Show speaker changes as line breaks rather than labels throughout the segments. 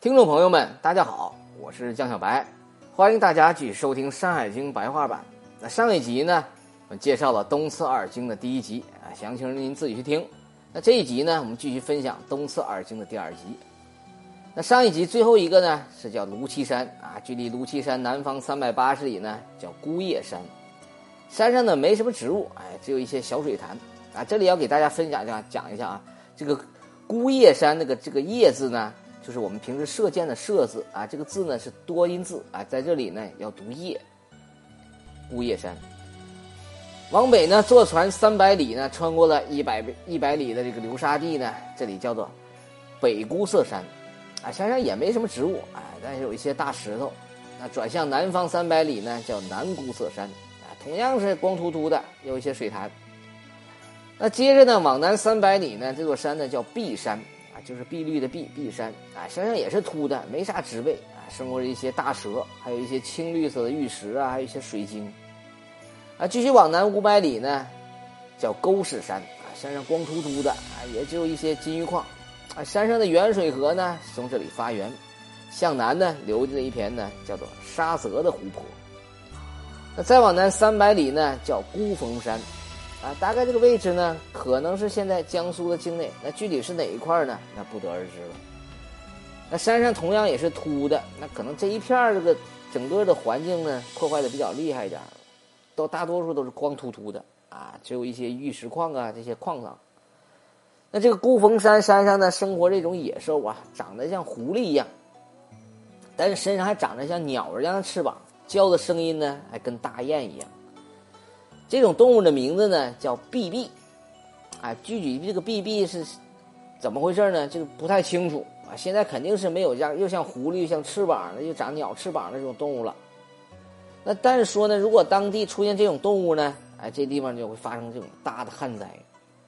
听众朋友们，大家好，我是江小白，欢迎大家继续收听《山海经》白话版。那上一集呢，我们介绍了东次二经的第一集啊，详情您自己去听。那这一集呢，我们继续分享东次二经的第二集。那上一集最后一个呢，是叫卢岐山啊，距离卢岐山南方380里呢，叫孤叶山。山上呢没什么植物，只有一些小水潭啊。这里要给大家分享一下，讲一下啊，这个孤叶山这个叶字呢，就是我们平时射箭的射字啊，这个字呢是多音字啊，在这里呢要读叶。孤叶山往北呢，坐船300里呢，穿过了100里的这个流沙地呢，这里叫做北孤色山啊，山上也没什么植物啊，但是有一些大石头。那转向南方300里呢，叫南孤色山啊，同样是光秃秃的，有一些水潭。那接着呢，往南300里呢，这座山呢叫碧山啊，就是碧绿的碧山啊，山上也是秃的，没啥植被啊，生活着一些大蛇，还有一些青绿色的玉石啊，还有一些水晶啊。继续往南500里呢，叫沟氏山啊，山上光秃秃的啊，也只有一些金玉矿啊。山上的源水河呢是从这里发源，向南呢流进了一片呢叫做沙泽的湖泊。那再往南300里呢，叫孤峰山啊，大概这个位置呢，可能是现在江苏的境内，那具体是哪一块呢？那不得而知了。那山上同样也是秃的，那可能这一片这个整个的环境呢，破坏的比较厉害一点，大多数都是光秃秃的啊，只有一些玉石矿啊这些矿上。那这个孤峰山山上呢，生活这种野兽啊，长得像狐狸一样，但是身上还长着像鸟一样的翅膀，叫的声音呢还跟大雁一样。这种动物的名字呢叫碧碧啊，具体这个碧碧是怎么回事呢？这个不太清楚啊。现在肯定是没有又像狐狸又像翅膀的又长鸟翅膀的这种动物了。那但是说呢，如果当地出现这种动物呢，这地方就会发生这种大的旱灾。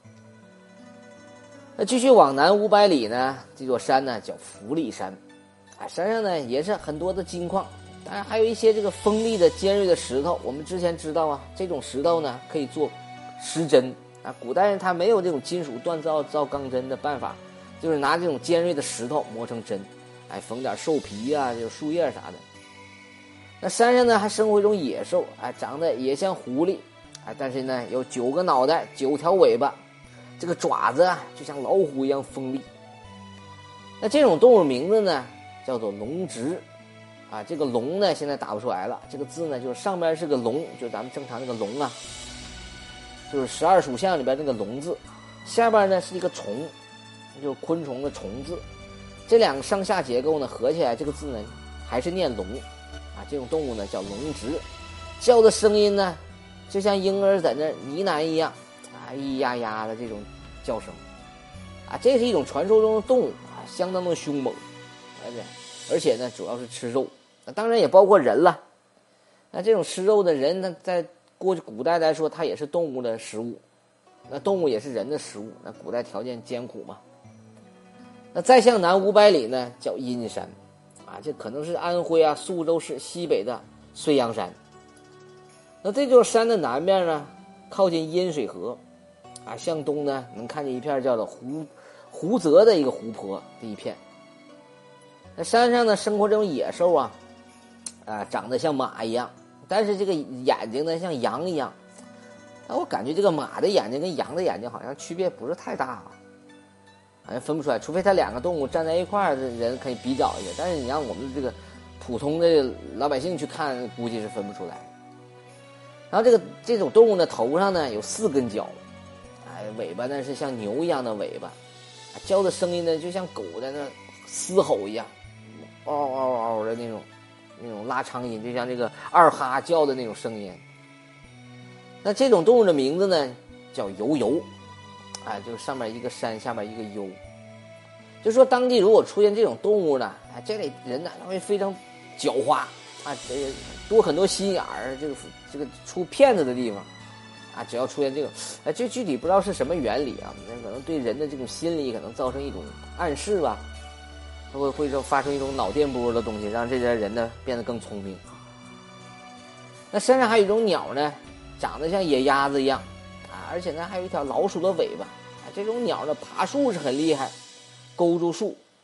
那继续往南500里呢，这座山呢叫福利山啊，山上呢也是很多的金矿，当然还有一些这个锋利的尖锐的石头。我们之前知道啊，这种石头呢可以做石针啊，古代人他没有这种金属锻造钢针的办法，就是拿这种尖锐的石头磨成针，缝点兽皮啊，这个树叶啥的。那山上呢还生活一种野兽，长得也像狐狸，但是呢有9个脑袋9条尾巴，这个爪子啊就像老虎一样锋利。那这种动物名字呢叫做龙直啊，这个龙呢现在打不出来了，这个字呢就是上边是个龙，就是咱们正常那个龙啊，就是12属相里边那个龙字，下边呢是一个虫，就是昆虫的虫字，这两个上下结构呢合起来，这个字呢还是念龙啊。这种动物呢叫龙直，叫的声音呢就像婴儿在那呢喃一样啊，咿呀呀的这种叫声啊。这是一种传说中的动物啊，相当的凶猛，而且呢主要是吃肉，当然也包括人了。那这种吃肉的人呢，在过去古代来说，它也是动物的食物，那动物也是人的食物，那古代条件艰苦嘛。那再向南500里呢叫阴山啊，这可能是安徽啊宿州市西北的睢阳山。那这座山的南边呢靠近阴水河啊，向东呢能看见一片叫做湖泽的一个湖泊的一片。那山上呢生活这种野兽啊，长得像马一样，但是这个眼睛呢像羊一样。我感觉这个马的眼睛跟羊的眼睛好像区别不是太大啊，好像分不出来，除非它两个动物站在一块儿的人可以比较一下，但是你让我们这个普通的老百姓去看，估计是分不出来。然后这种动物呢头上呢有4根角，尾巴呢是像牛一样的尾巴，叫的声音呢就像狗在那嘶吼一样，嗷嗷嗷的那种拉长音，就像这个二哈叫的那种声音。那这种动物的名字呢叫游游，就是上面一个山下面一个幽。就说当地如果出现这种动物呢，这类人呢会非常狡猾啊，多很多心眼儿，这个出骗子的地方啊，只要出现这个，这具体不知道是什么原理啊，那可能对人的这种心理可能造成一种暗示吧，它会发生一种脑电波的东西，让这些人呢变得更聪明。那山上还有一种鸟呢，长得像野鸭子一样啊，而且呢还有一条老鼠的尾巴啊。这种鸟呢爬树是很厉害，勾住树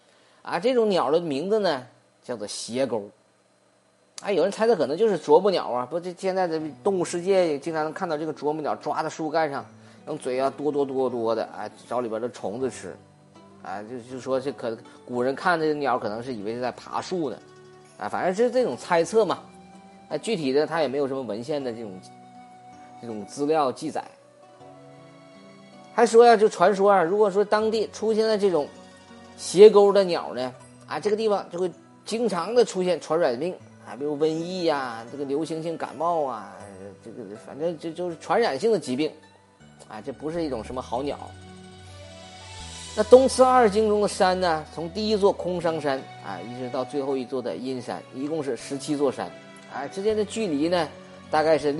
啊，这种鸟的名字呢叫做斜钩。啊，有人猜测可能就是啄木鸟啊，不，这现在的动物世界也经常能看到这个啄木鸟抓在树干上，用嘴啊多的，啊，找里边的虫子吃，啊，就说这古人看这个鸟可能是以为是在爬树呢，啊，反正是这种猜测嘛，啊，具体的他也没有什么文献的这种资料记载。还说呀，就传说啊，如果说当地出现了这种斜钩的鸟呢，啊，这个地方就会经常的出现传染病。啊，比如瘟疫呀，这个流行性感冒啊，这个反正就是传染性的疾病，啊，这不是一种什么好鸟。那东次二经中的山呢，从第一座空商山啊，一直到最后一座的阴山，一共是17座山，啊，之间的距离呢，大概是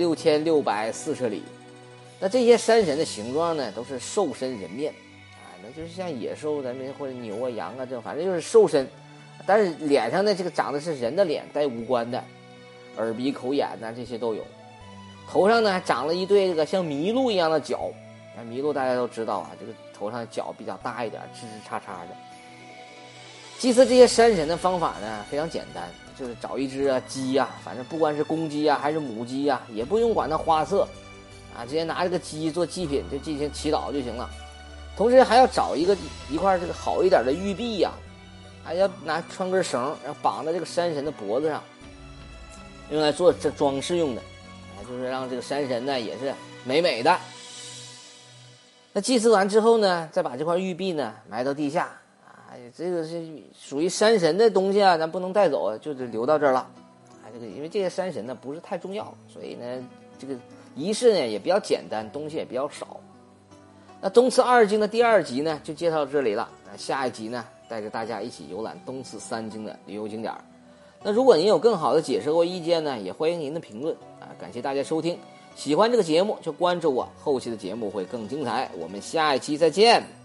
6640里。那这些山神的形状呢，都是兽身人面，啊，那就是像野兽咱们或者牛啊、羊啊这种，反正就是兽身。但是脸上呢，这个长的是人的脸，带五官的，耳鼻口眼呐，这些都有。头上呢还长了一对这个像麋鹿一样的角，麋鹿大家都知道啊，这个头上的角比较大一点，枝枝叉叉的。祭祀这些山神的方法呢非常简单，就是找一只鸡啊，反正不管是公鸡啊还是母鸡啊，也不用管它花色啊，直接拿这个鸡做祭品就进行祈祷就行了。同时还要找一块这个好一点的玉璧呀。还要穿根绳，然后绑在这个山神的脖子上，用来做这装饰用的，就是让这个山神呢也是美美的。那祭祀完之后呢，再把这块玉璧呢埋到地下，啊，这个是属于山神的东西啊，咱不能带走，就是留到这儿了。啊，这个因为这些山神呢不是太重要，所以呢这个仪式呢也比较简单，东西也比较少。那东次二经的第2集呢就介绍到这里了，那下一集呢带着大家一起游览东次3经的旅游景点。那如果您有更好的解释或意见呢，也欢迎您的评论啊！感谢大家收听，喜欢这个节目就关注我，后期的节目会更精彩。我们下一期再见。